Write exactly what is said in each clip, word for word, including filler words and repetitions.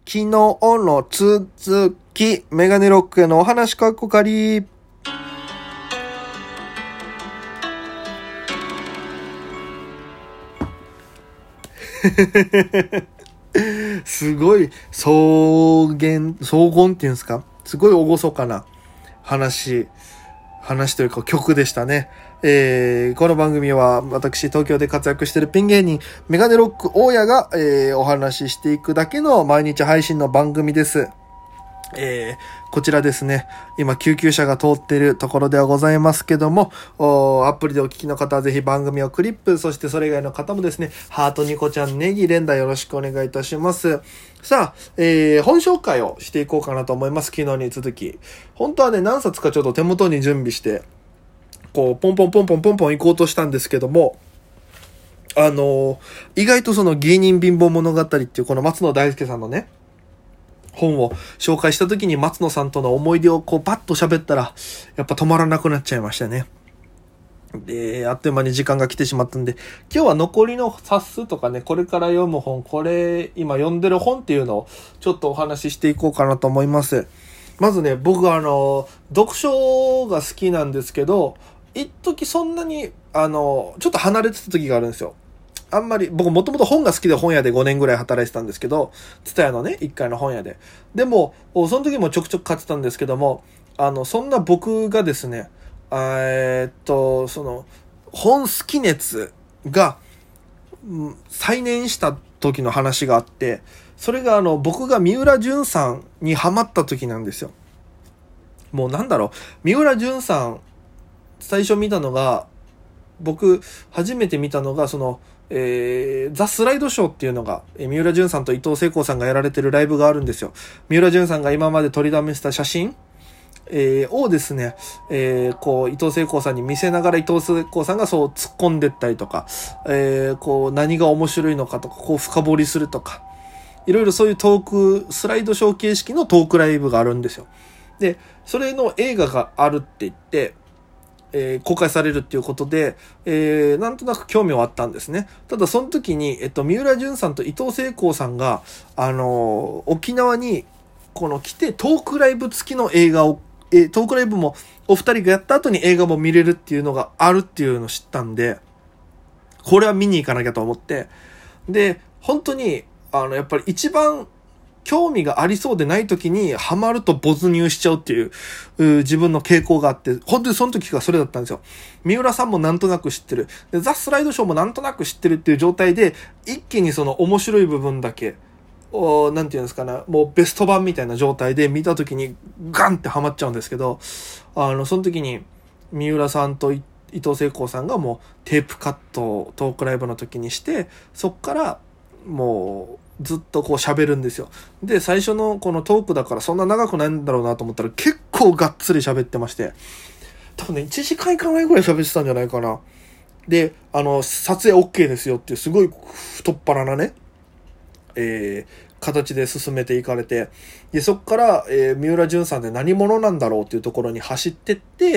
昨日の続き、メガネロックへのお話かっこかり。すごい草原、荘厳っていうんですか、すごい厳かな話、話というか曲でしたね。えー、この番組は私東京で活躍しているピン芸人メガネロック大家が、えー、お話ししていくだけの毎日配信の番組です。えー、こちらですね、今救急車が通っているところではございますけども、アプリでお聞きの方はぜひ番組をクリップ、そしてそれ以外の方もですね、ハート、ニコちゃん、ネギ、連打よろしくお願いいたします。さあ、えー、本紹介をしていこうかなと思います。昨日に続き。本当はね、何冊かちょっと手元に準備して、こう、ポンポンポンポンポンポン行こうとしたんですけども、あのー、意外とその芸人貧乏物語っていうこの松野大輔さんのね、本を紹介した時に松野さんとの思い出をこうバッと喋ったらやっぱ止まらなくなっちゃいましたね。で、あっという間に時間が来てしまったんで、今日は残りの冊数とかね、これから読む本、これ今読んでる本っていうのをちょっとお話ししていこうかなと思います。まずね、僕はあの読書が好きなんですけど、一時そんなにあのちょっと離れてた時があるんですよ。あんまり、僕もともと本が好きで本屋でごねんぐらい働いてたんですけど、ツタヤのね、いっかいの本屋で。でも、その時もちょくちょく買ってたんですけども、あの、そんな僕がですね、えー、っと、その、本好き熱が、再燃した時の話があって、それがあの、僕が三浦淳さんにハマった時なんですよ。もうなんだろう、三浦淳さん、最初見たのが、僕、初めて見たのが、その、えー、ザ・スライドショーっていうのが、えー、三浦淳さんと伊藤聖子さんがやられてるライブがあるんですよ。三浦淳さんが今まで撮りだめした写真、えー、をですね、えー、こう、伊藤聖子さんに見せながら伊藤聖子さんがそう突っ込んでったりとか、えー、こう、何が面白いのかとか、こう深掘りするとか、いろいろそういうトーク、スライドショー形式のトークライブがあるんですよ。で、それの映画があるって言って、えー、公開されるっていうことで、えー、なんとなく興味はあったんですね。ただその時に、えっと、三浦淳さんと伊藤聖子さんが、あのー、沖縄に、この来てトークライブ付きの映画を、えー、トークライブもお二人がやった後に映画も見れるっていうのがあるっていうのを知ったんで、これは見に行かなきゃと思って、で、本当に、あの、やっぱり一番、興味がありそうでない時にハマると没入しちゃうっていう、う自分の傾向があって、本当にその時がそれだったんですよ。三浦さんもなんとなく知ってる。で、ザ・スライドショーもなんとなく知ってるっていう状態で、一気にその面白い部分だけ、おなんていうんですかね、もうベスト版みたいな状態で見た時にガンってハマっちゃうんですけど、あの、その時に三浦さんと伊藤聖子さんがもうテープカットをトークライブの時にして、そっからもう、ずっとこう喋るんですよ。で、最初のこのトークだからそんな長くないんだろうなと思ったら結構がっつり喋ってまして、多分ね、いちじかんいかないぐらい喋ってたんじゃないかな。で、あの、撮影 OK ですよっていうすごい太っ腹なね、えー、形で進めていかれて、で、そっから、えー、三浦淳さんで何者なんだろうっていうところに走ってって、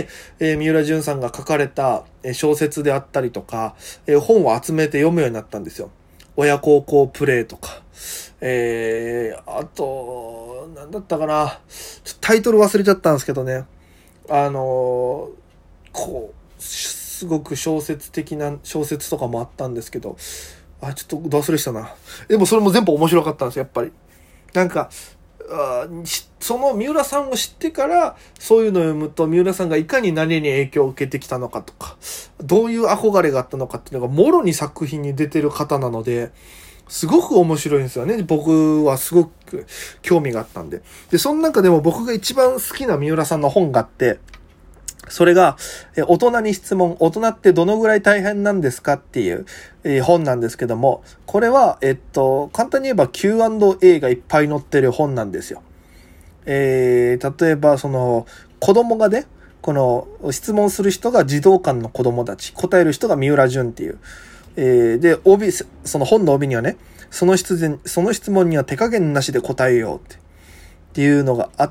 えー、三浦淳さんが書かれた小説であったりとか、えー、本を集めて読むようになったんですよ。親孝行プレイとか、えー、あと、なんだったかな。ちょっとタイトル忘れちゃったんですけどね。あのー、こう、すごく小説的な小説とかもあったんですけど、あ、ちょっと忘れしたな。でもそれも全部面白かったんですよ、やっぱり。なんか、あその三浦さんを知ってからそういうのを読むと三浦さんがいかに何に影響を受けてきたのかとかどういう憧れがあったのかっていうのがもろに作品に出てる方なのですごく面白いんですよね。僕はすごく興味があったんで。で、その中でも僕が一番好きな三浦さんの本があって、それが、大人に質問、大人ってどのぐらい大変なんですかっていう、えー、本なんですけども、これは、えっと、簡単に言えば キューアンドエー がいっぱい載ってる本なんですよ。えー、例えば、その、子供がね、この、質問する人が児童館の子供たち、答える人が三浦淳っていう。えー、で、帯、その本の帯にはね、その質問、その質問には手加減なしで答えようって、っていうのがあって、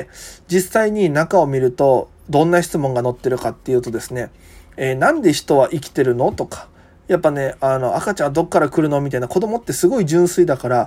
実際に中を見ると、どんな質問が載ってるかっていうとですね、えー、なんで人は生きてるのとか、やっぱね、あの、赤ちゃんはどっから来るのみたいな、子供ってすごい純粋だから、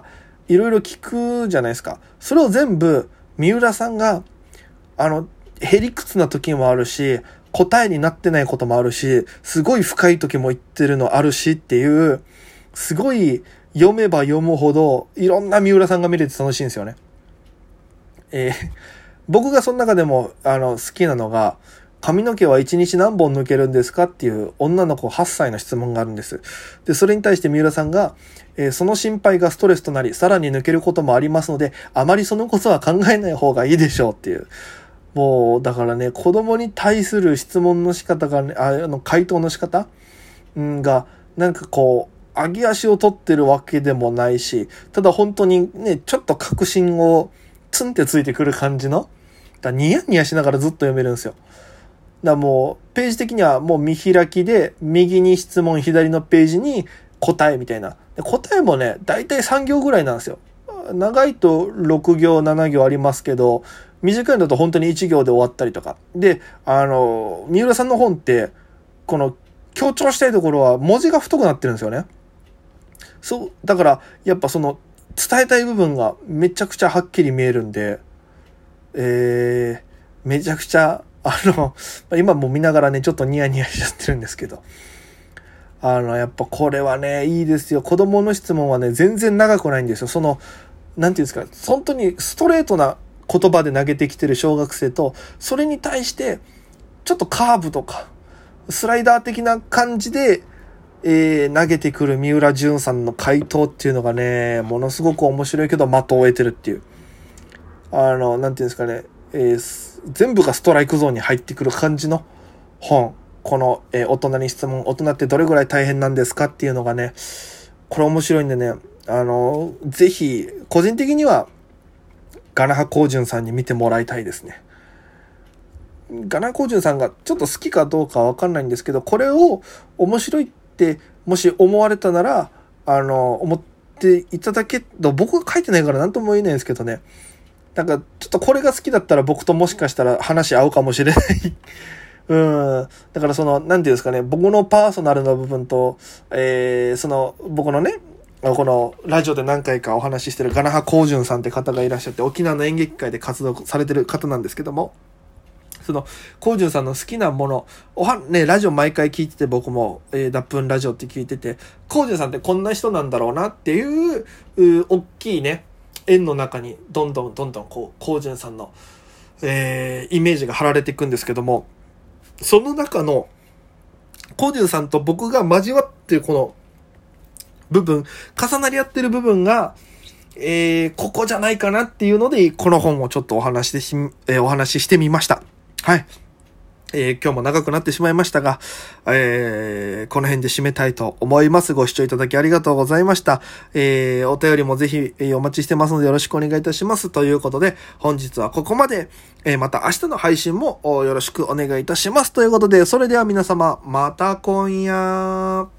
いろいろ聞くじゃないですか。それを全部三浦さんがあのへりくつな時もあるし、答えになってないこともあるし、すごい深い時も言ってるのあるしっていう、すごい読めば読むほどいろんな三浦さんが見れて楽しいんですよね。えー、僕がその中でもあの好きなのが、髪の毛はいちにち何本抜けるんですかっていう女の子はっさいの質問があるんです。で、それに対して三浦さんが、えー、その心配がストレスとなり、さらに抜けることもありますので、あまりそのことは考えない方がいいでしょうっていう。もう、だからね、子供に対する質問の仕方がね、あの、回答の仕方、うん、が、なんかこう、上げ足を取ってるわけでもないし、ただ本当にね、ちょっと確信をツンってついてくる感じの、だニヤニヤしながらずっと読めるんですよ。だもう、ページ的にはもう見開きで、右に質問、左のページに答えみたいな。で答えもね、だいたいさん行ぐらいなんですよ。長いとろく行、なな行ありますけど、短いのだと本当にいち行で終わったりとか。で、あの、三浦さんの本って、この強調したいところは文字が太くなってるんですよね。そう、だから、やっぱその、伝えたい部分がめちゃくちゃはっきり見えるんで、えー、めちゃくちゃ、あの、今も見ながらね、ちょっとニヤニヤしちゃってるんですけど、あの、やっぱこれはね、いいですよ。子供の質問はね、全然長くないんですよ。その、なんていうんですか、本当にストレートな言葉で投げてきてる小学生と、それに対して、ちょっとカーブとか、スライダー的な感じで、えー、投げてくる三浦淳さんの回答っていうのがね、ものすごく面白いけど的を得てるっていう。あの、なんていうんですかね、えー、全部がストライクゾーンに入ってくる感じの本。この、えー、大人に質問、大人ってどれぐらい大変なんですかっていうのがね、これ面白いんでね、あの、ぜひ、個人的には、ガナハコウジュンさんに見てもらいたいですね。ガナコウジュンさんがちょっと好きかどうかわかんないんですけど、これを面白いってもし思われたなら、あの、思っていただけ、僕が書いてないから何とも言えないんですけどね、なんかちょっとこれが好きだったら僕ともしかしたら話合うかもしれない。うん。だからその、なんていうんですかね、僕のパーソナルな部分と、えー、その、僕のね、このラジオで何回かお話ししてるガナハコウジュンさんって方がいらっしゃって、沖縄の演劇界で活動されてる方なんですけども、その、コウジュンさんの好きなもの、おは、ね、ラジオ毎回聞いてて僕も、えー、脱粉ラジオって聞いてて、コウジュンさんってこんな人なんだろうなっていう、う、大きいね、円の中にどんどんどんどんこう、コウジュンさんの、えー、イメージが貼られていくんですけども、その中の、コウジュンさんと僕が交わってるこの部分、重なり合ってる部分が、えー、ここじゃないかなっていうので、この本をちょっとお話しし、えー、お話ししてみました。はい。えー、今日も長くなってしまいましたが、えー、この辺で締めたいと思います。ご視聴いただきありがとうございました。えー、お便りもぜひ、えー、お待ちしてますのでよろしくお願いいたします。ということで、本日はここまで。えー、また明日の配信もよろしくお願いいたします。ということで、それでは皆様、また今夜。